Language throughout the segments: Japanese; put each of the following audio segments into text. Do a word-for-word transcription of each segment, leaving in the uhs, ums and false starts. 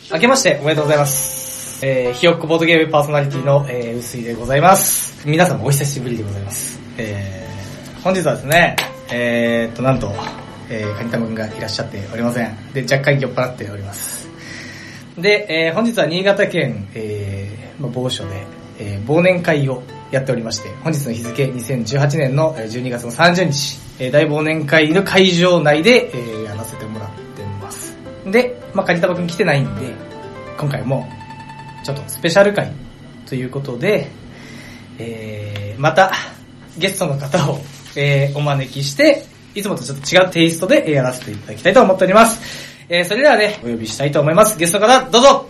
明けましておめでとうございます。えー、ひよっこボードゲームパーソナリティの、えー、うすいでございます。皆様お久しぶりでございます。えー、本日はですね、えーっと、なんと、えー、カニタマくんがいらっしゃっておりません。で、若干酔っ払っております。で、えー、本日は新潟県、えー、まあ、某所で、えー、忘年会をやっておりまして、本日の日付にせんじゅうはちねんのじゅうにがつのさんじゅうにち、えー、大忘年会の会場内で、えー、やらせてもらってます。で、まあ、カニタマくん来てないんで、今回もちょっとスペシャル会ということで、えー、またゲストの方を、えー、お招きして、いつもとちょっと違うテイストでやらせていただきたいと思っております。えー、それではね、お呼びしたいと思います。ゲストの方、どうぞ。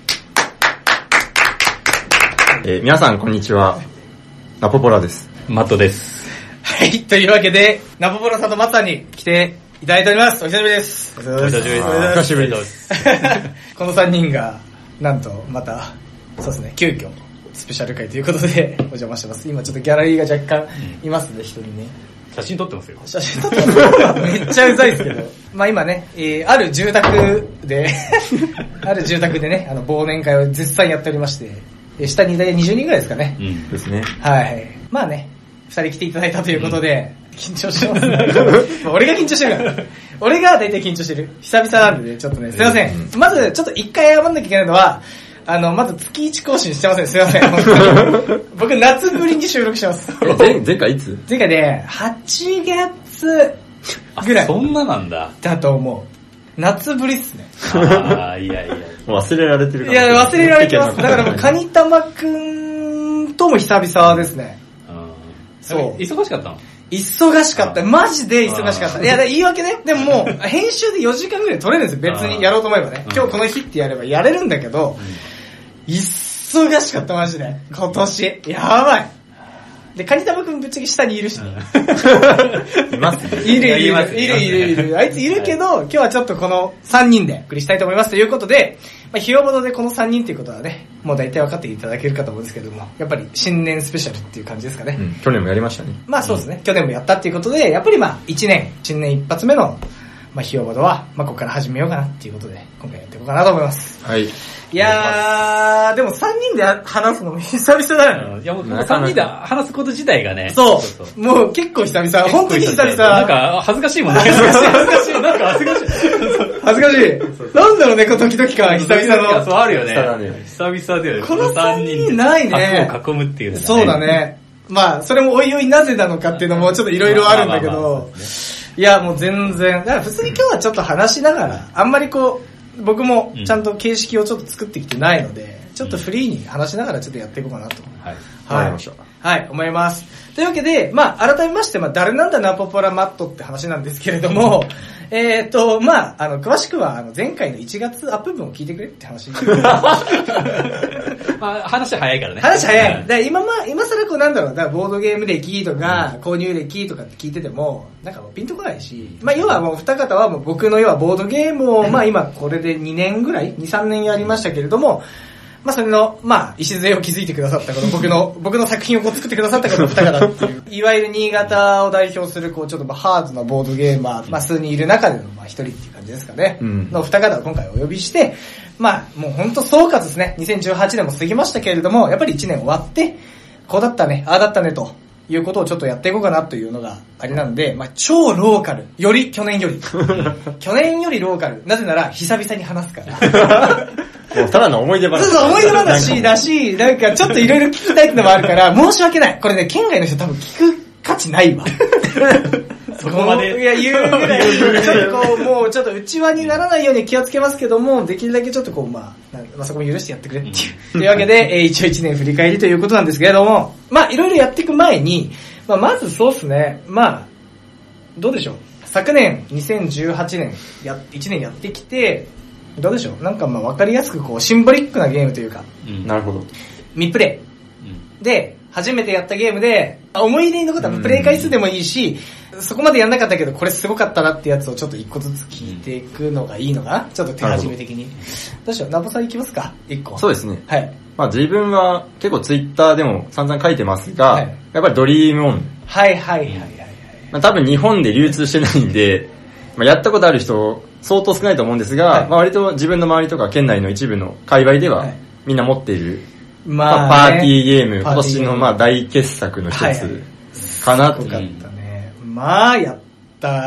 えー、皆さんこんにちは。ナポポラです。 マットです。 はい、というわけで、ナポポラさんとマットさんに来ていただいております。お久しぶりです。 お久しぶりです。 お久しぶりです。 このさんにんが、なんと、また、そうですね、急遽、スペシャル会ということで、お邪魔してます。今ちょっとギャラリーが若干いますね、一、うん、人ね。 写真撮ってますよ。 写真撮ってますめっちゃうざいですけど。まあ今ね、えー、ある住宅で、ある住宅でね、あの、忘年会を絶賛やっておりまして、下に大体にじゅうにんぐらいですかね。 うんですね。 はい。まあね、二人来ていただいたということで、うん、緊張してますね。俺が緊張してるから。俺が大体緊張してる。久々なんでね、ちょっとね、すいません。うん、まず、ちょっと一回謝んなきゃいけないのは、あの、まず月いち更新してません。すいません。本当に僕、夏ぶりに収録してます。 前, 前回いつ前回ね、はちがつぐらい。 そんななんだ。 だと思う。夏ぶりっすね。 ああ、いやいや。 もう忘れられてるかもしれない。いや、忘れられてます。だからもう、カニタマくんとも久々ですね。 そう。忙しかったの？ 忙しかった。マジで忙しかった。いや、言い訳ね。でももう、編集でよじかんぐらい撮れるんですよ。別にやろうと思えばね。今日この日ってやればやれるんだけど、忙しかった、マジで。今年。やばい。で、カニタマくんぶっちゃけ下にいるしね。 いますね。 いるいるいるいるいるいる。あいついるけど、今日はちょっとこのさんにんでお送りしたいと思います。ということで、まあ、ひよぼどでこのさんにんっていうことはね、もう大体分かっていただけるかと思うんですけども、やっぱり新年スペシャルっていう感じですかね。 うん、去年もやりましたね。 まあそうですね、うん、去年もやったっていうことで、やっぱりまあいちねん、新年一発目の、まあひよぼどは、まあここから始めようかなっていうことで、今回やっていこうかなと思います。 はい。 いやー、でもさんにんで話すのも久々だよね。 いやもうさんにんで話すこと自体がね。 そう。そうそうもう結構久々。本当に久々。 なんか恥ずかしいもんね。恥ずかしい、恥ずかしい。なんか恥ずかしい。 恥ずかしい。なんだろうね、この時々感、久々の。 そうあるよね。久々だよね。 このさんにんないね。 囲むっていうのがね。 そうだね。まあ、それもおいおいなぜなのかっていうのもちょっといろいろあるんだけど。いや、もう全然。だから普通に今日はちょっと話しながら、あんまりこう、僕もちゃんと形式をちょっと作ってきてないので、ちょっとフリーに話しながらちょっとやっていこうかなと。 はい。 はい。はい、思います。というわけで、まあ、改めまして、まあ、誰なんだナポポラマットって話なんですけれども、えっと、まあ、あの、詳しくは、あの、前回のいちがつアップ分を聞いてくれって話。 まあ、話早いからね。 話早い。だから今ま、今更こうなんだろう、だからボードゲーム歴とか、購入歴とかって聞いてても、なんかもうピンとこないし、まあ、要はもう二方はもう僕の要はボードゲームを、まあ今これでにねんぐらい ?に、さんねんやりましたけれども、まあそれの、まあ、礎を築いてくださったこの僕の、僕の作品をこう作ってくださったこの二方っていう、いわゆる新潟を代表する、こうちょっとまあハードなボードゲーマー、まあ数人いる中でのまあ一人っていう感じですかね。うん、の二方を今回お呼びして、まあもう本当総括ですね。にせんじゅうはちねんも過ぎましたけれども、やっぱりいちねん終わって、こうだったね、ああだったねと。いうことをちょっとやっていこうかなというのがあれなんで、まあ超ローカル。より、去年より。去年よりローカル。なぜなら、久々に話すから。 もうただの思い出話。 そうそう、思い出話だし、なんかちょっといろいろ聞きたいってのもあるから、申し訳ない。これね、県外の人多分聞く価値ないわ。 そこまで。 いや、言うぐらい、ちょっとこう、もうちょっと内輪にならないように気をつけますけども、できるだけちょっとこう、まあ、まあ、そこも許してやってくれっていう。というわけで、えー、一応一年振り返りということなんですけれども、まあ、いろいろやっていく前に、まあ、まずそうですね、まあ、どうでしょう。昨年、にせんじゅうはちねん、や、いちねんやってきて、どうでしょう。なんかまあ、わかりやすくこう、シンボリックなゲームというか、 うん、なるほど。 未プレイ。うん、で、初めてやったゲームで、思い出に残ったプレイ回数でもいいし、そこまでやんなかったけど、これすごかったなってやつをちょっと一個ずつ聞いていくのがいいのかな、ちょっと手始め的に。どうしよう、ナボさんいきますか一個。 そうですね。 はい。 まあ自分は結構ツイッターでも散々書いてますが、はい、やっぱりドリームオン。 はいはいはいはい、はい。 まあ多分日本で流通してないんで、 まあ、やったことある人相当少ないと思うんですが、はい、まあ、割と自分の周りとか県内の一部の界隈では、はい、みんな持っている、まあ、パーティーゲーム、今年のまあ大傑作の一つかなと。 はいはい、かったね。まあ、やった。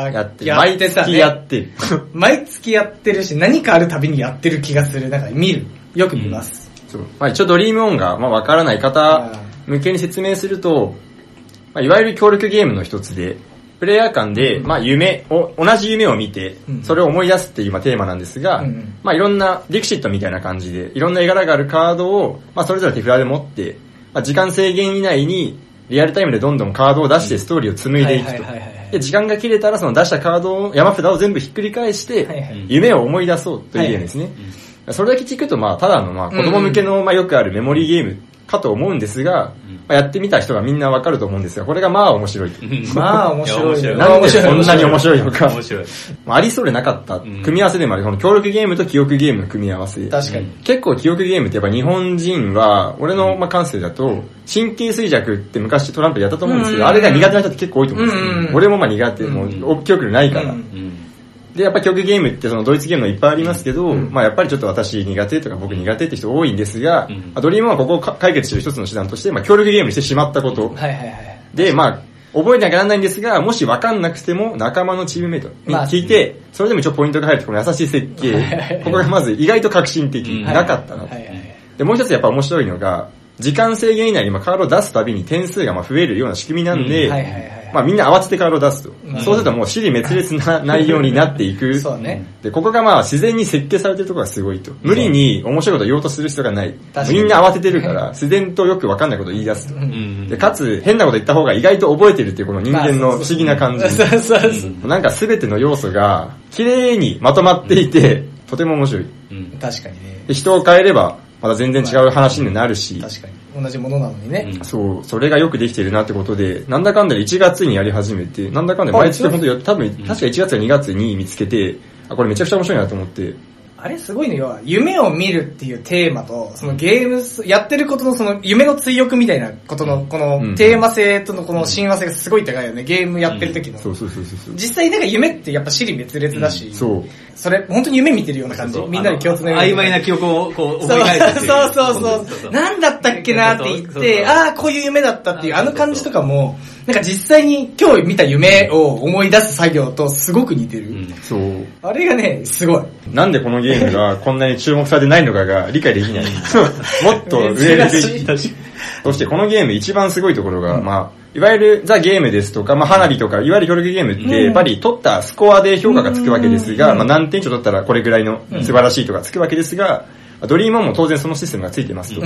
やってる。毎月やってる。 毎月やってるし、何かあるたびにやってる気がする。なんか見る。よく見ます。 うん、そう。まあ、一応ドリームオンが、まあ、わからない方向けに説明すると、まあ、いわゆる協力ゲームの一つで、プレイヤー間で、まあ、夢を、同じ夢を見て、それを思い出すっていう、まあ、テーマなんですが、うん、まあ、いろんな、ディクシットみたいな感じで、いろんな絵柄があるカードを、まあ、それぞれ手札で持って、まあ、時間制限以内に、リアルタイムでどんどんカードを出してストーリーを紡いでいくと。で、時間が切れたら、その出したカードを、山札を全部ひっくり返して、夢を思い出そうというゲームですね。それだけ聞くと、まあ、ただの、まあ、子供向けの、まあ、よくあるメモリーゲームかと思うんですが、まあ、やってみた人がみんなわかると思うんですが、これがまあ面白い。 まあ面白い。 なんでこんなに面白いのか。面白い。ありそうでなかった組み合わせでもある。この協力ゲームと記憶ゲームの組み合わせ。 確かに。 結構記憶ゲームってやっぱ日本人は、俺のまあ感性だと、神経衰弱って昔トランプでやったと思うんですけど、あれが苦手な人って結構多いと思うんですよ。俺もまあ苦手。もう記憶力ないから。で、やっぱ記憶ゲームってそのドイツゲームのいっぱいありますけど、うん、まあやっぱりちょっと私苦手とか僕苦手って人多いんですが、うん、ドリームはここを解決してる一つの手段として、まあ協力ゲームにしてしまったこと。はいはいはい。で、まあ、覚えなきゃならないんですが、もし分かんなくても仲間のチームメイトに聞いて、それでも一応ポイントが入るとこの優しい設計。ここがまず意外と革新的。なかったなと。で、もう一つやっぱ面白いのが、時間制限以内にカードを出すたびに点数がまあ増えるような仕組みなんで、まあみんな慌ててカードを出すと。うん、そうするともう尻滅裂な内容になっていく。そうね。で、ここがまあ自然に設計されてるところがすごいと。無理に面白いことを言おうとする人がない。みんな慌ててるから、自然とよくわかんないことを言い出すと。で、かつ変なこと言った方が意外と覚えてるっていうこの人間の不思議な感じ。そうそうそう。なんか全ての要素が綺麗にまとまっていて、とても面白い。 うん、確かにね。 で、人を変えれば、また全然違う話になるし、 確かに同じものなのにね、 うん、そうそれがよくできてるなってことで、なんだかんだでいちがつにやり始めて、なんだかんだ毎月本当に多分確かいちがつかにがつに見つけて、あこれめちゃくちゃ面白いなと思って。 あれすごいのよ、夢を見るっていうテーマと、そのゲーム、やってることのその夢の追憶みたいなことの、このテーマ性とのこの親和性がすごい高いよね、ゲームやってる時の。 そうそうそうそう。 実際なんか夢ってやっぱ尻滅裂だし、 そう。 それ、本当に夢見てるような感じ。みんなで共通の夢。曖昧な記憶をこう思い返す。 そうそうそうそう。なんだったっけなって言って、ああ、こういう夢だったっていう、あの感じとかも、なんか実際に今日見た夢を思い出す作業とすごく似てる。うん、 そう。 あれがね、すごい。 なんでこのゲームがこんなに注目されてないのかが理解できない。もっと売れるべき。そしてこのゲーム一番すごいところが、うん、まあ、いわゆるザ・ゲームですとか、まあ、花火とか、いわゆる協力ゲームって、やっぱり取ったスコアで評価がつくわけですが、まあ、何点以上取ったらこれぐらいの素晴らしいとかつくわけですが、ドリームオンも当然そのシステムがついてますと。うん、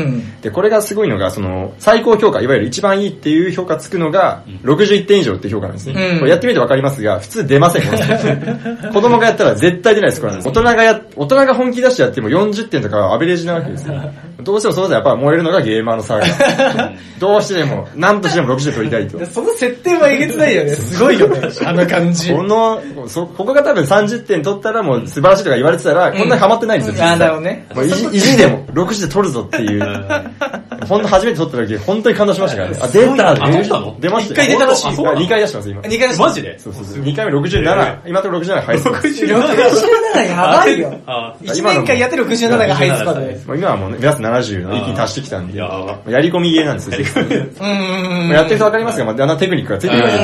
で、これがすごいのが、その、最高評価、いわゆる一番いいっていう評価つくのが、ろくじゅういってん以上っていう評価なんですね。うん、これやってみてわかりますが、普通出ません、この子供がやったら絶対出ないスコアなんです。大人がや、大人が本気出してやってもよんじゅってんとかはアベレージなわけですよ。どうしてもそうだやっぱ燃えるのがゲーマーの差が。どうしても、何としてもろくじゅう取りたいと。 その設定はえげつないよね。すごいよね。あの感じ。 この、そ、ここが多分さんじゅってん取ったらもう素晴らしいとか言われてたら、こんなにハマってないんですよ。 あ、なるほどね。 もう意地、意地でも。ろくじで取るぞっていう。ほんと初めて取った時、本当に感動しましたからね。あ、出た出ました。 いっかい出たらしい。 にかい出してます、今。 にかい出してマジでそうそうそう。にかいめろくじゅうなな。今のところろくじゅうなな入ってます。 ろくじゅうななやばいよ。いちねんかんやってろくじゅうななが入ってたで。 今はもう目指すななじゅうの一気に達してきたんで、やり込みゲーなんですよ。やってるとわかりますが、まあ、だんだんテクニックがついてくるわけです。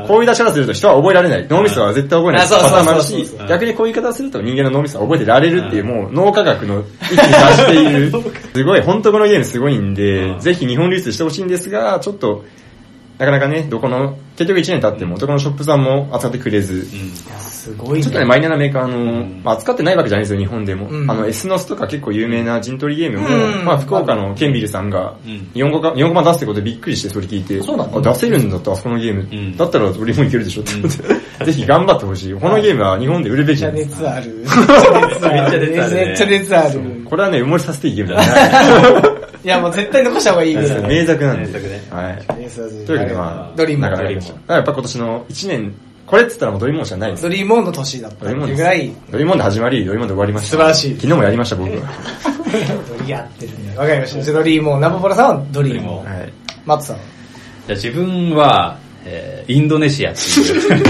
こういう出し方すると人は覚えられない。脳みそは絶対覚えないパターンもあるし、逆にこういう言い方すると人間の脳みそは覚えてられるっていう、もう脳科学の一気に達している。すごい、本当このゲームすごいんで、ぜひ日本流通してほしいんですが、ちょっと、なかなかね、どこの、結局いちねん経っても、どこのショップさんも扱ってくれず、うん、 すごいね。 ちょっとね、マイナーなメーカーの、うん、まあ、扱ってないわけじゃないですよ、日本でも。うん、あの、エスノスとか結構有名な陣取りゲームも、うん、まあ、福岡のケンビルさんが、日本語か、日本語版出すってことでびっくりしてそれ聞いて、 そうなんだ、 あ、出せるんだった、あそこのゲーム。うん、だったら俺もいけるでしょって思って、うん、ぜひ頑張ってほしい。このゲームは日本で売るべきなんです。 めっちゃ熱ある。めっちゃ熱ある。めっちゃ熱ある。 これはね、埋もれさせていいゲームだね。 いや、もう絶対残した方がいいです。 名作なんで。名作ね。 はい。というわけでまあ、 ドリームオン。 だからやっぱ今年のいちねん、これって言ったらもうドリームオンじゃないです。 ドリームオンの年だったっていうぐらい。 ドリームオンで始まり、ドリームオンで終わりました。 素晴らしい。 昨日もやりました、僕は。 ドリやってるね。わかりました。じゃあドリームオン。ナポポラさんはドリームオン。はい。マットさん。 じゃあ自分は、えー、インドネシアっていう。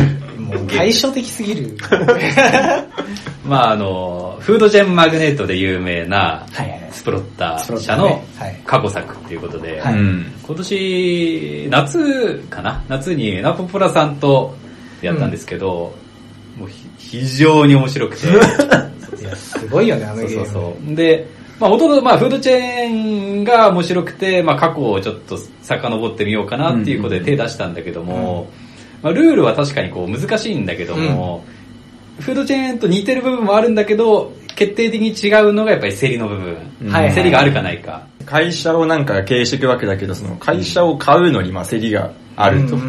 もう対照的すぎる。 まああの、フードジェンマグネットで有名なスプロッタ社の過去作っていうことで、はいはい、今年、夏かな夏にナポプラさんとやったんですけど、うん、もう非常に面白くて。いや、すごいよね、あのゲーム。そうそうそう。で、まあ、ほとんど、まあ、フードチェーンが面白くて、まあ、過去をちょっと遡ってみようかなっていうことで手出したんだけども、うん、まあ、ルールは確かにこう難しいんだけども、うん、フードチェーンと似てる部分もあるんだけど、決定的に違うのがやっぱり競りの部分。うん、はい、競りがあるかないか。 会社をなんか経営していくわけだけど、その会社を買うのにまあ競りがあると。だ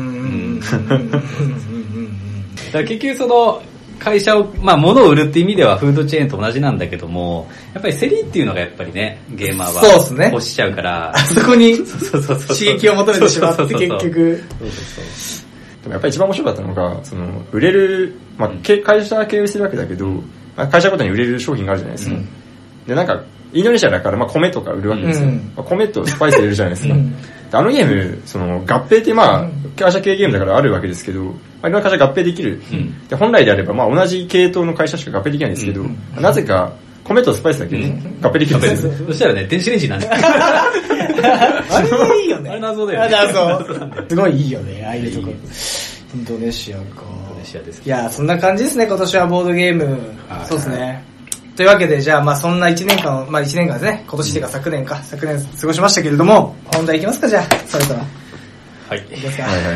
から結局その、会社を、まあ物を売るって意味ではフードチェーンと同じなんだけども、やっぱり競りっていうのがやっぱりね、ゲーマーはそうですね。 欲しちゃうから、 あそこに刺激を求めてしまって結局。そうそうそうでもやっぱり一番面白かったのが、その、売れる、まあ、会社経営してるわけだけど、まあ、会社ごとに売れる商品があるじゃないですか。うん、で、なんか、インドネシアだからまあ米とか売るわけですよ。うんまあ、米とスパイス入れるじゃないですか。うん、あのゲーム、その合併ってまあ、会社系ゲームだからあるわけですけど、まあ、いろんな会社合併できる、うん。で本来であればまあ同じ系統の会社しか合併できないんですけど、うん、なぜか米とスパイスだけ、ね、合併できるんですよ。 そしたらね、電子レンジなんです。 あれいいよね。 あれ謎だよね。 謎。すごいいいよね、ああいうところ。インドネシアか。インドネシアです。いや、そんな感じですね、今年はボードゲーム。そうですね。というわけで、じゃあまあそんないちねんかん、まあいちねんかんですね、今年っていうか昨年か、昨年過ごしましたけれども、本題いきますか、じゃあ、それとは。 はい。いきますか。 はいはい。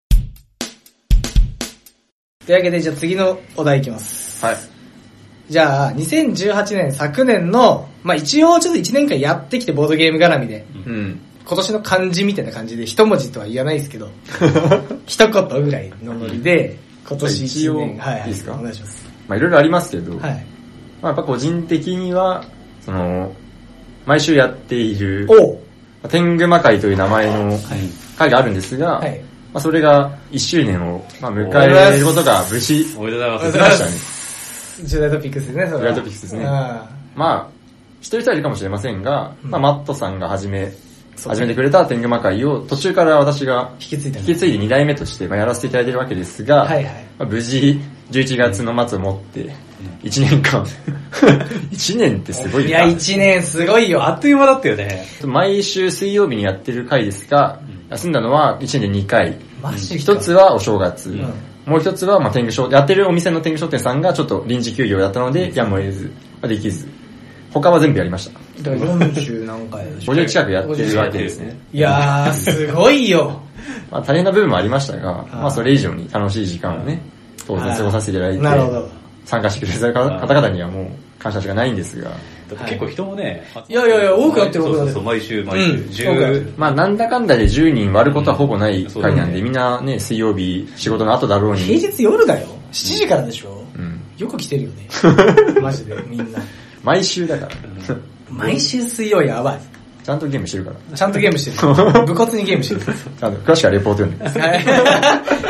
というわけで、じゃあ次のお題いきます。 はい。 じゃあ、にせんじゅうはちねん昨年の、まあ一応ちょっといちねんかんやってきてボードゲーム絡みで、うん、今年の漢字みたいな感じで、一文字とは言わないですけど、一言ぐらいのノリで、今年いちねん、はいはい。いいですか？お願いします。 まあいろいろありますけど、 はい。 まあ、やっぱ個人的には、その、毎週やっている、天狗魔会という名前の会があるんですが、はい、まあ、それがいっしゅうねんを、まあ、迎えることが無事、 おめでとうございます。 できましたね。 重大トピックスですね、それは。 重大トピックスですね。まあ、一人一人いるかもしれませんが、うん、まあ、マットさんが始め、始めてくれた天狗魔会を途中から私が引き継いで、引き継いでにだいめとしてやらせていただいているわけですが、はいはい、まあ、無事じゅういちがつの末をもっていちねんかんいちねんってすごいな。 いやいちねんすごいよ、あっという間だったよね。 毎週水曜日にやってる回ですが、うん、休んだのはいちねんでにかい。 マジか。 一つはお正月、うん、もう一つはまあ天狗商やってるお店の天狗商店さんがちょっと臨時休業だったので、やむを得ず、まあ、できず。他は全部やりました。 だからよんじゅう何回でしょ。 ごじゅう近くやってるわけですね。 いやー、すごいよ。 まあ大変な部分もありましたが、まあそれ以上に楽しい時間をね、当然過ごさせていただいて、 なるほど。 参加してくれた方々にはもう感謝しかないんですが。 だって結構人もね、 いやいやいや、多くなってるそうそうそう、毎週毎週。うん、じゅうまあなんだかんだでじゅうにん割ることはほぼない回なんで、うん、みんなね、水曜日仕事の後だろうに。 平日夜だよ。しちじからでしょ。うん、よく来てるよね。マジで、みんな。 毎週だから。 毎週水曜やばい。 ちゃんとゲームしてるから。 ちゃんとゲームしてる。部活にゲームしてる。 ちゃんと、詳しくはレポート読んでます。はい。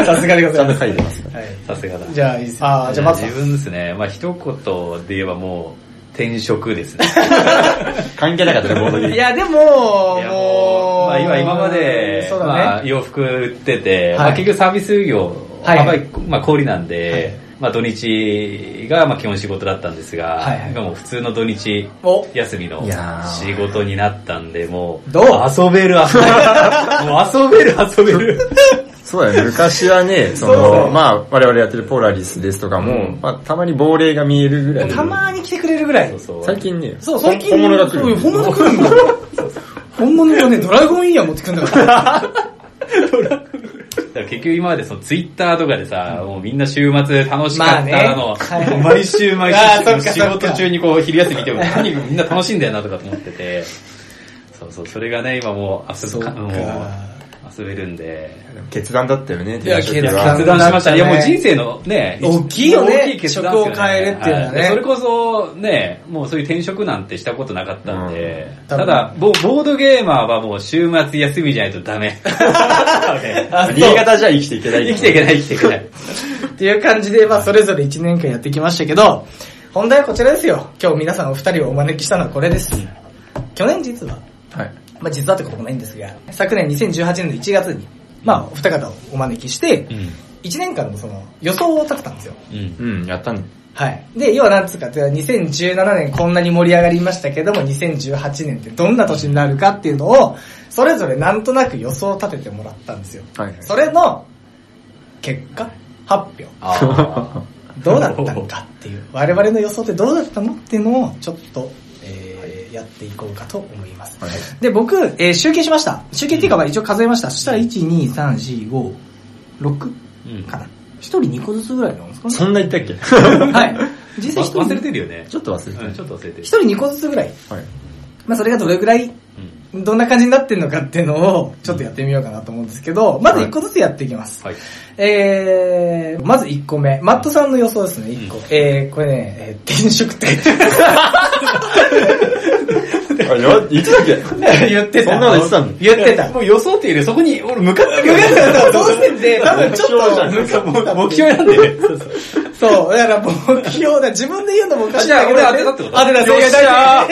さすがでございます。 ちゃんと書いてます。 はい。さすがだ。 じゃあいいです。ああ、じゃあまず。 自分ですね。まあ一言で言えばもう、転職ですね。 関係なかったね、ボードゲーム。 いや、でも、もう、まあ今、今まで、 そうだね、 まあ洋服売ってて、はい、まあ結局サービス業、はい、まあ小売なんで、はい、まあ土日がまあ基本仕事だったんですが、はいはい、今もう普通の土日休みの仕事になったんで、もう、 どう遊べる遊べる。もう遊べる遊べる。 そうだね、昔はね、その、まあ我々やってるポラリスですとかも、うん、まあたまに亡霊が見えるぐらい。 たまに来てくれるぐらい。そうそう最近ね、 そう最近本物が来る。 本物が来るんだ。本物がね、ドラゴンイヤー持ってくるんだから。 ドラゴン結局今までそのツイッターとかでさ、もうみんな週末楽しかったの、まあね、毎週毎週仕事中にこう昼休み見ても何みんな楽しいんだよなとかと思ってて、そうそう、それがね、今もう遊ぶか、もう遊べるんで。 決断だったよね、 いや、決断しました。いや、もう人生のね、 大きいよね、大きい決断ですよね。職を変えるっていうのはね。 それこそね、もうそういう転職なんてしたことなかったんで、うん、ただボ、ボードゲーマーはもう週末休みじゃないとダメ。 新潟じゃ生きていけない。 生きていけない、生きていけない。 っていう感じで、まあそれぞれいちねんかんやってきましたけど、本題はこちらですよ。今日皆さんお二人をお招きしたのはこれです。うん、去年実は、はい。まあ実はってこともないんですが、昨年にせんじゅうはちねんのいちがつに、まあお二方をお招きして、うん、 いちねんかんのその予想を立てたんですよ。 うん。うん、やったね。 はい。で、要はなんつうかって、にせんじゅうななねんこんなに盛り上がりましたけども、にせんじゅうはちねんってどんな年になるかっていうのを、それぞれなんとなく予想を立ててもらったんですよ。はいはい、それの、結果発表。あどうだったのかっていう。我々の予想ってどうだったのっていうのを、ちょっと、えー、やっていこうかと思います。はい、で、僕、えー、集計しました。集計っていうか、まあ一応数えました。そしたら、いち、に、さん、よん、ご、ろくかな。一人にこずつぐらいなんですかね。 そんな言ったっけはい。実際一人忘れてるよね。 ちょっと忘れてる。 うん、ちょっと忘れてる。 一人にこずつぐらい。はい。まあそれがどれぐらい、うん、どんな感じになってんのかっていうのを、ちょっとやってみようかなと思うんですけど、まず一個ずつやっていきます。はい。えー、まず一個目。マットさんの予想ですね、一個。うん、えー、これね、えー、転職って書いてある。 言ってたっけ言ってた。 そんなの言ってたの言ってた。 もう予想っていうよりそこに俺向かってる。 向かってる。そうしてて、多分ちょっと、 目標なんでね。そうそう。 そう、だから目標だ。自分で言うのもおかしいんだけど。 じゃあ俺当てたってこと？ 当てた、正解だ。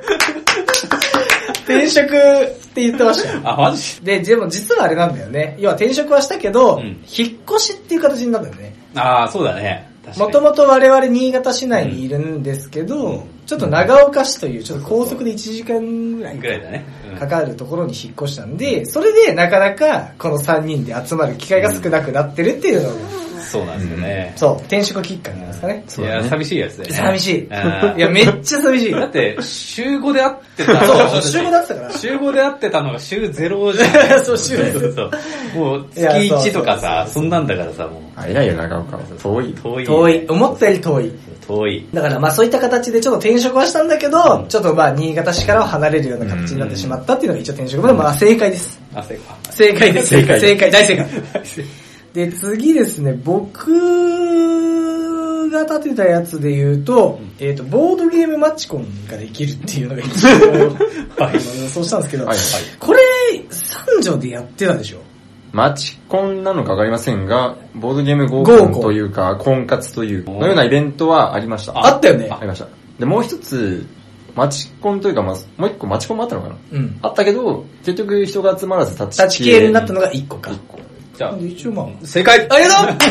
転職って言ってましたよ。 あ、マジで、でも実はあれなんだよね。要は転職はしたけど、うん、引っ越しっていう形になったんだよね。 ああ、そうだね。 もともと我々新潟市内にいるんですけど、うん、ちょっと長岡市というちょっと高速でいちじかんぐらいぐらいだね。 かかるところに引っ越したんで、それでなかなかこのさんにんで集まる機会が少なくなってるっていうのが、 そうなんですよね。 そう、転職きっかけなんですかね。 いや、寂しいやつだよね。 寂しい。いや、めっちゃ寂しい。 だって、週ごで会ってた。 そうそう、週ごで会ってたから。 週ごで会ってたのが週ゼロじゃん。 そう、週ゼロ。 そうもう月いちとかさ、そんなんだからさ、もう。 あ、偉いよ、長岡。遠い。 遠い。 遠い。思ったより遠い。 遠い。 だからまあそういった形でちょっと転職はしたんだけど、ちょっとまあ新潟市からは離れるような形になってしまったっていうのが一応転職。まあ正解です。 あ、正解。 正解です。 正解。 正解、大正解。で、次ですね、僕が立てたやつで言うと、うん、えっ、ー、と、ボードゲームマッチコンができるっていうのが一応、はい、予想したんですけど、はいはい、これ、三条でやってたでしょ？ マチコンなのかわかりませんが、ボードゲーム合コンというか、婚活というのようなイベントはありました。 あったよね。 ありました。で、もう一つ、マチコンというか、まあ、もう一個マチコンもあったのかな、うん、あったけど、結局人が集まらずタッチ系。 タッチ系になったのが一個か。一個。 じゃあ、 一応まあ、 正解ありがとう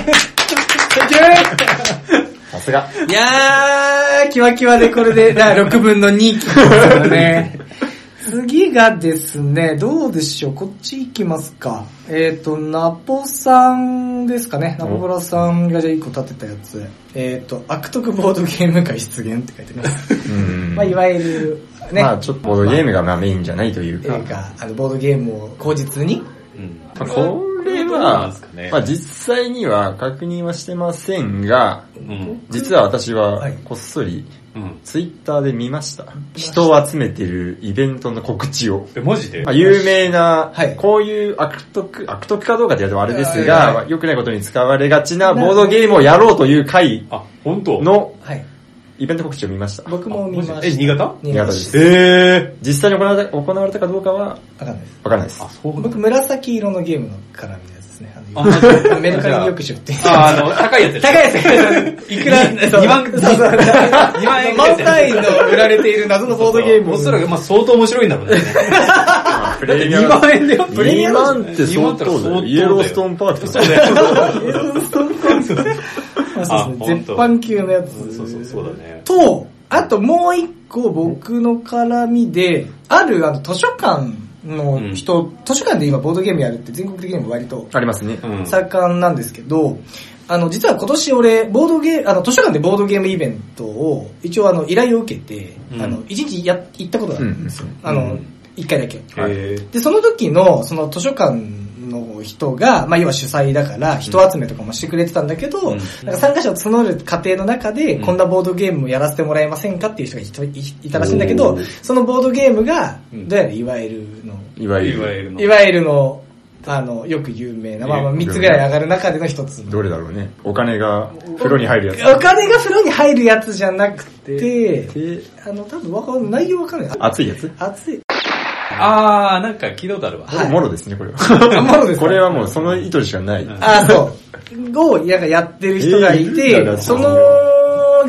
さすが。 いやー、キワキワでこれで、だろくぶんのにですよね。次がですね、どうでしょう、こっち行きますか。えっ、ー、と、ナポさんですかね。ナポブラさんがじゃあいっこ立てたやつ。えっ、ー、と、悪徳ボードゲーム会出現って書いてます。うんまあ、いわゆる、ね。 まあ、ちょっとボードゲームがまあメインじゃないというか。 いうか、あの、ボードゲームを口実に。 うん。まあ、これは、まあ実際には確認はしてませんが、うん、実は私はこっそり、ツイッターで見ました。人を集めてるイベントの告知を。 え、マジで？ まあ、有名な、はい、こういう悪徳、悪徳かどうかって言われてもあれですが、はいはい、良くないことに使われがちなボードゲームをやろうという会のイベント告知を見ました。 僕も見ました。 え、新潟？ 新潟です。 えー、 実際に行われた、行われたかどうかは、わかんないです。 わかんないです。 あ、そう。僕、紫色のゲームの絡みのやつですね。あのメルカリによく出店。 あ、あの、高いやつ。 高いやつ。いくら、にまん、そうそう。にまん円。満単位の売られている謎のボードゲーム。 おそらく、まあ相当面白いんだろうね。 プレミアム。 にまん円でよ。 プレミアム。にまんって相当だよ。イエローストーンパークとか。 そうだよ。イエローストーンパーク。そうですね。絶版級のやつ。 そうそう、そうだね。 と、あともう一個僕の絡みで、あるあの図書館の人、うん、図書館で今ボードゲームやるって全国的にも割とありますね。 盛んなんですけど、あの実は今年俺ボードゲーあの図書館でボードゲームイベントを一応あの依頼を受けて、うん、あの一日や行ったことがあるんですよ。うん、あの一回だけ。でその時のその図書館の人が、まあ要は主催だから人集めとかもしてくれてたんだけど、うん、なんか参加者を募る過程の中で、うん、こんなボードゲームをやらせてもらえませんかっていう人がいたらしいんだけど、そのボードゲームが、どうやらいわゆるの、 いわゆるの、いわゆるの、あの、よく有名な、まあまあみっつぐらい上がる中での一つ。 どれだろうね。お金が風呂に入るやつ。 お金が風呂に入るやつじゃなくて、あの、多分わかんない、内容わかんない。 熱いやつ？ 熱い。 あー、なんか聞いたことあるわ。 はい、もろですね、これは。 もろです。 これはもうその意図しかない。 あー、そう。を、ややってる人がいて、その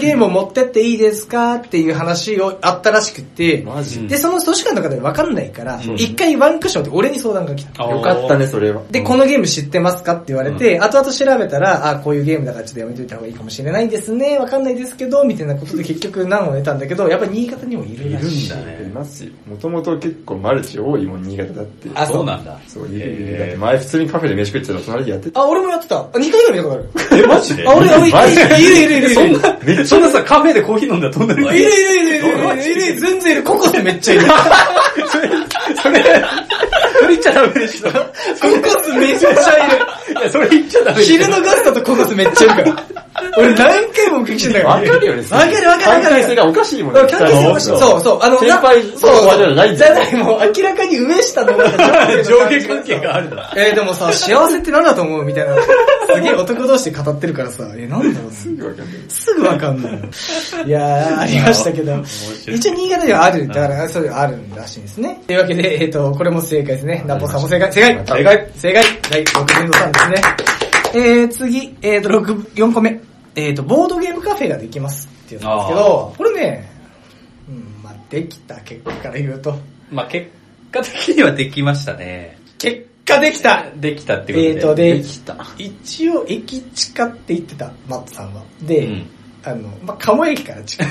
ゲームを持ってっていいですかっていう話をあったらしくて、 マジで、その図書館の方で分かんないから、一回ワンクッションって俺に相談が来た。 よかったね、それは。 で、このゲーム知ってますかって言われて、後々調べたら、あ、こういうゲームだからちょっとやめといた方がいいかもしれないですね、分かんないですけど、みたいなことで結局難を得たんだけど、やっぱり新潟にもいるらしい。 いるんだね。 いますよ。もともと結構マルチ多いもん、新潟だって。 あ、そうなんだ。 そう、いるいる。だって前普通にカフェで飯食ってたら隣でやってた。 あ、俺もやってた。あ、にかいぐらい見たことある。 え、マジであ、俺、俺、いるいるいるいる。 そんな、めっちゃなさ、カフェでコーヒー飲んだら飛んでる。 いるいるいるいるいるいる、全然いる。ココスめっちゃいる。 それ、それ、それ言っちゃダメでしょ。ココスめっちゃいる。 いや、それ言っちゃダメでしょ。 昼のガスだとココスめっちゃいるから。俺何回もお聞きしてたから。 わかるよね。 わかるわかるわかる。 関係性がおかしいもんね。 関係性がおかしい。そうそう。あの、 先輩、 そうそう、じゃないんじゃない、もう明らかに上下の上下関係があるんだ。 えー、でもさ、幸せって何だと思うみたいな。すげえ男同士で語ってるからさ、え、なんだろう。 すぐわかんない。 すぐわかんない。いやー、ありましたけど。一応新潟ではある。だから、そういうのあるらしいんですね。というわけで、えっと、これも正解ですね。ナポさんも正解。正解正解正解第ろくぶんのさんですね。えー、次、えっと、ろく、よんこめ。えっと、ボードゲームカフェができますっていうんですけど、これね、うん、まあできた結果から言うと。 まあ結果的にはできましたね。 結果できたできたっていうことで。 えっと、で、 できた。 一応駅近って言ってた、マットさんは。で、うん、あの、まあ、鴨駅から近い。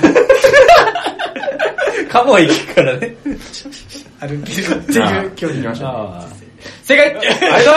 鴨駅からね。 歩けるっていう距離にましたね。 正解ありがとうござい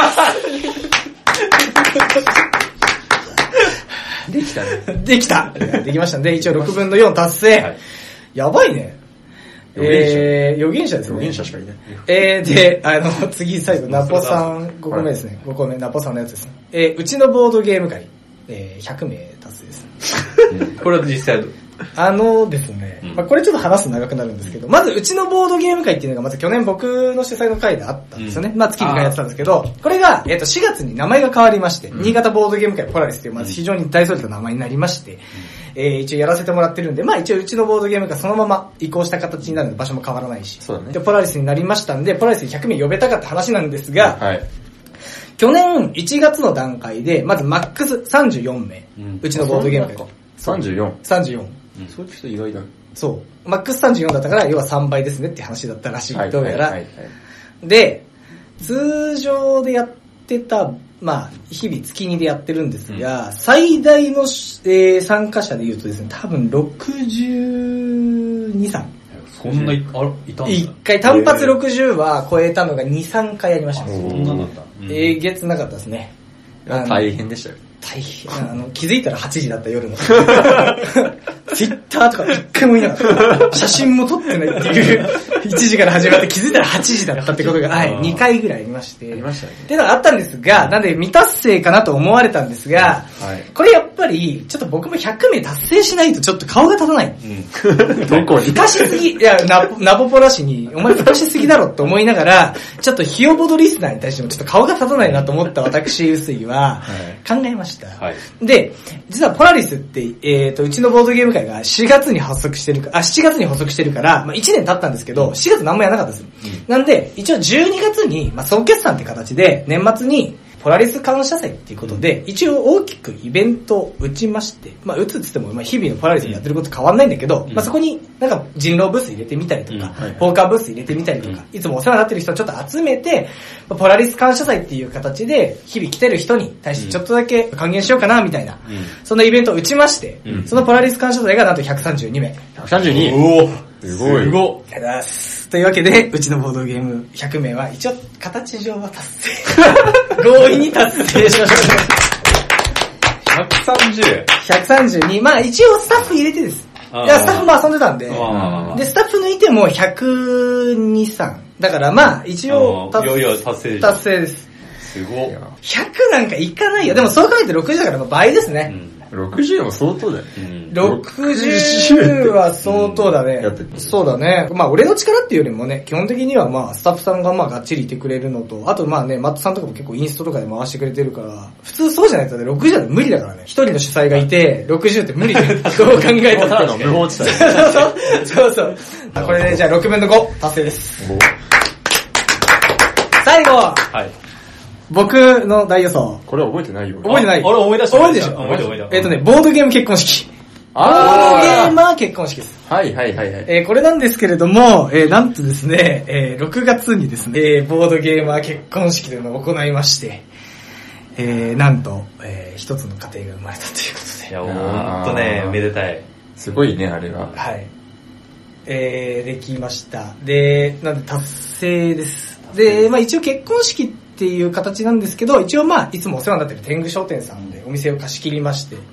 ますできたね。 できたできましたんで、一応ろくぶんのよん達成。はい、やばいね。えー、予言者ですね。 予言者しかいない。 えー、で、あの、次最後、ナポさんごこめですね。ごこめ、ナポさんのやつですね。えー、うちのボードゲーム会、えー、ひゃくめい達成です。 これは実際あのですね、うん、まあこれちょっと話すと長くなるんですけど、まずうちのボードゲーム会っていうのがまず去年僕の主催の会であったんですよね。うん、まあ月にかいやってたんですけど、これが、えっとしがつに名前が変わりまして、うん、新潟ボードゲーム会ポラリスっていう、まず非常に大それた名前になりまして、うん、えー、一応やらせてもらってるんで、まあ一応うちのボードゲーム会そのまま移行した形になるんで場所も変わらないし、 そうだね、 で、ポラリスになりましたんで、ポラリスにひゃくめい呼べたかった話なんですが、 はい、 去年いちがつの段階で、まずマックスさんじゅうよんめい、うん、うちのボードゲーム会。 さんじゅうよん。 さんじゅうよん。 うん、そういう人意外だ。 そう。マックスさんじゅうよんだったから、要はさんばいですねって話だったらしい。どうやら、はいはいはい。で、通常でやってた、まあ、日々月にでやってるんですが、うん、最大の、えー、参加者で言うとですね、多分ろくじゅうに、さん。 そんな、あら、いたんだ。 一回、単発ろくじゅうは超えたのがに、さんかいやりました。 そんななんだ。 えげつなかったですね。 大変でしたよ。 大変。あの、気づいたらはちじだった夜の。ツイッターとか一回も見なかった。写真も撮ってないっていう、いちじから始まって気づいたらはちじだったってことが、はい、にかいぐらいありまして。 ありましたね。 っていうのがあったんですが、なんで未達成かなと思われたんですが、はい、これやっぱり、ちょっと僕もひゃくめい達成しないとちょっと顔が立たない。 うん、どこにふかしすぎ、いや、ナポ、ナポポラ氏に、お前ふかしすぎだろって思いながら、ちょっとヒヨボドリスナーに対してもちょっと顔が立たないなと思った私、臼井は、考えました。はい、で、実はポラリスって、えっと、うちのボードゲーム会がしがつに発足してるか、あ、しちがつに発足してるから、まあいちねん経ったんですけど、しがつ何もやらなかったです。うん、なんで、一応じゅうにがつに、まあ総決算って形で、年末に、ポラリス感謝祭っていうことで、一応大きくイベントを打ちまして、まあ打つって言っても、まあ日々のポラリスにやってること変わんないんだけど、うん、まあそこになんか人狼ブース入れてみたりとか、うんはいはい、ポーカーブース入れてみたりとか、うん、いつもお世話になってる人をちょっと集めて、ポラリス感謝祭っていう形で、日々来てる人に対してちょっとだけ還元しようかな、みたいな、うん、そんなイベントを打ちまして、うん、そのポラリス感謝祭がなんとひゃくさんじゅうにめい。 ひゃくさんじゅうに? おーすごい。 すごい。ありがとうございます。というわけで、うちのボードゲームひゃくめいは一応形上は達成。強引に達成しましたね。 ひゃくさんじゅう? ひゃくさんじゅうに。まあ一応スタッフ入れてです。いや、スタッフも遊んでたんで。で、スタッフ抜いてもひゃくに、さん。だからまあ一応達成。いやいや、達成。 達成です。 すごい。 ひゃくなんかいかないよ。でもそう考えてろくじゅうだから倍ですね。 うんろくじゅうも相当だよ。 うん、ろくじゅうは相当だね。うん、そうだね。まあ俺の力っていうよりもね、基本的にはまあスタッフさんがまあがっちりいてくれるのと、あとまあね、マットさんとかも結構インストとかで回してくれてるから、普通そうじゃないとね、ろくじゅうは無理だからね。一人の主催がいて、ろくじゅうって無理で、どう考えたら。 無法地帯。 そうそう。そうそう。これでじゃあろくぶんのご達成です。最後はい。僕の大予想。 これは覚えてないよ。 覚えてない。 俺思い出した。 覚えてるでしょ。 覚えて覚えて。 えっとね、ボードゲーム結婚式。 ボードゲーマー結婚式です。 はいはいはいはい。 えー、これなんですけれども、えー、なんとですね、えー、ろくがつにですね、えー、ボードゲーマー結婚式というのを行いまして、えー、なんと、えー、一つの家庭が生まれたということで。 いや、ほんとね、めでたい。 すごいね、あれは。 はい。えー、できました。で、なんで達成です。で、まあ一応結婚式っていう形なんですけど、一応まあいつもお世話になっている天狗商店さんでお店を貸し切りまして、うん、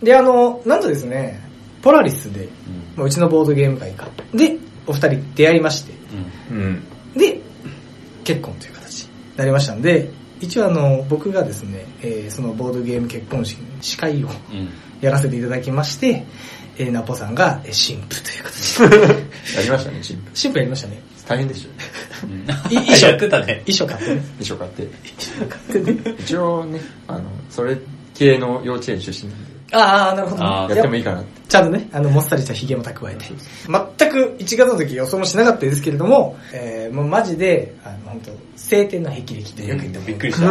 で、あの、なんとですね、ポラリスで、うんまあ、うちのボードゲーム会か。で、お二人出会いまして、うん、で、結婚という形になりましたんで、一応あの、僕がですね、えー、そのボードゲーム結婚式の司会をやらせていただきまして、えー、ナポさんが神父という形で。 やりましたね、神父。 神父やりましたね。 大変でしょ。 衣装やってたね。 衣装買ってね。 衣装買って。買ってね。一応ね、あの、それ系の幼稚園出身なんで。 ああ、なるほど、ね。 やってもいいかなって。 ちゃんとね、あの、もっさりした髭も蓄えて。全くいちがつの時予想もしなかったですけれども、えー、もうマジで、あの、本当晴天の霹靂ってよく言ってもびっくりした。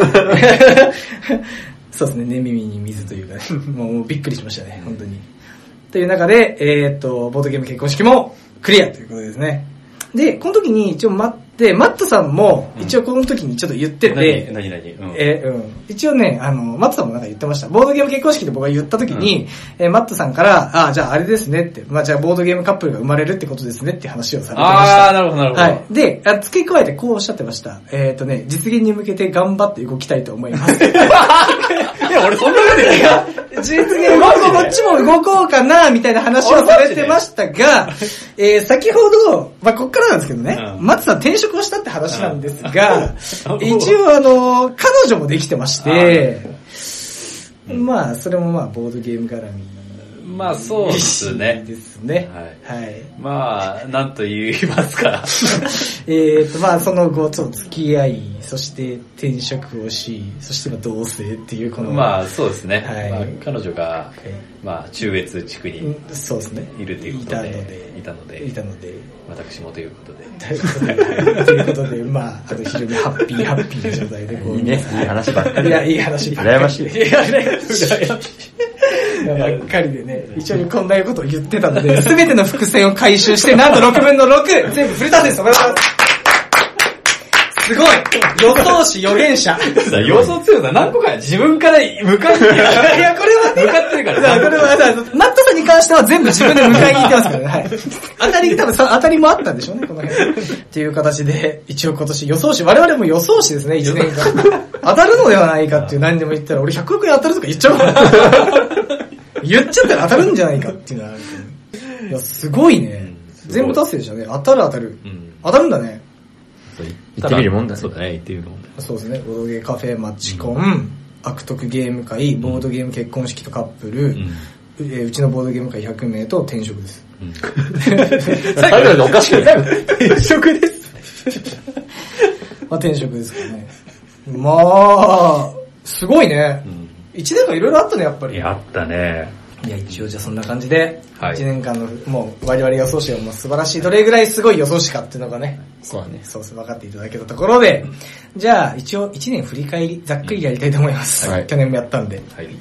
そうですね、寝耳に水というか、ね、もうびっくりしましたね、本当に。という中で、えー、っと、ボードゲーム結婚式もクリアということですね。で、この時に一応待って、マットさんも一応この時にちょっと言ってて、 うん、何何何、 うん、えー、うん。一応ね、あの、マットさんもなんか言ってました。ボードゲーム結婚式で僕が言った時に、うん、えー、マットさんから、あ、じゃああれですねって、まあじゃあボードゲームカップルが生まれるってことですねって話をされてました。 あー、なるほどなるほど。 はい。で、あ付け加えてこうおっしゃってました。えっ、ー、とね、実現に向けて頑張って動きたいと思います。いや、俺そんなことないや。 実現、こっちも動こうかな、みたいな話をされてましたが、えー、先ほど、まあこっからなんですけどね、うん、マットさん転職をしたって話なんですが、うん、一応あの、彼女もできてまして、うん、まあ、それもまあ、ボードゲーム絡み。 まあ、そうですね。 ですね。 はい。はい。まあ、なんと言いますか。 えっと、まあ、その後、ちょっと付き合い、そして転職をし、そしてまあ同棲っていうこの。 まあ、そうですね。はい。まあ、彼女が、 はい、 まあ、中越地区に、 そうですね。 いるということで。 いたので。 いたので。 いたので。 私もということで。 ということで、ということで、まあ、あの、非常にハッピーハッピーな状態でこう。 いいね。いい話ばっかり。 いや、いい話ばっかり。 羨ましい。 いや、羨ましい。ばっかりでね、一応こんなことを言ってたので、すべての伏線を回収して、なんとろくぶんのろく、全部フル達成です。おめでとうございます。すごい予想士予言者予想強さ何個か自分から向かってる。いや、これはね。 向かってるから。 これは、マットさんに関しては全部自分で迎えに行ってますからね。はい。当たり、多分当たりもあったんでしょうね、この辺。っていう形で、一応今年予想士、我々も予想士ですね、いちねんかん。当たるのではないかっていう何でも言ったら、俺ひゃくおくえん当たるとか言っちゃうから。言っちゃったら当たるんじゃないかっていうのはあるけど。いや、すごいね。全部達成でしたね。当たる当たる。当たるんだね。 行ってみるもんだね。 そうだね、行ってみるもんだ。 そうですね。ボードゲーカフェマチコン、うん、悪徳ゲーム会、ボードゲーム結婚式とカップル、うん、えー、うちのボードゲーム会ひゃくめいと転職です。うん、 最後でおかしくない転職です。まあ転職ですかね。まあ、すごいね。いちねんかんいろいろあったね、やっぱり。 いや、あったね。 いや、一応じゃあそんな感じで、はい、いちねんかんの、もう我々予想士がもう素晴らしい、どれぐらいすごい予想士かっていうのがね、 そうだね。 そうそう分かっていただけたところで、じゃあ一応いちねん振り返り、ざっくりやりたいと思います。はい、去年もやったんで。はい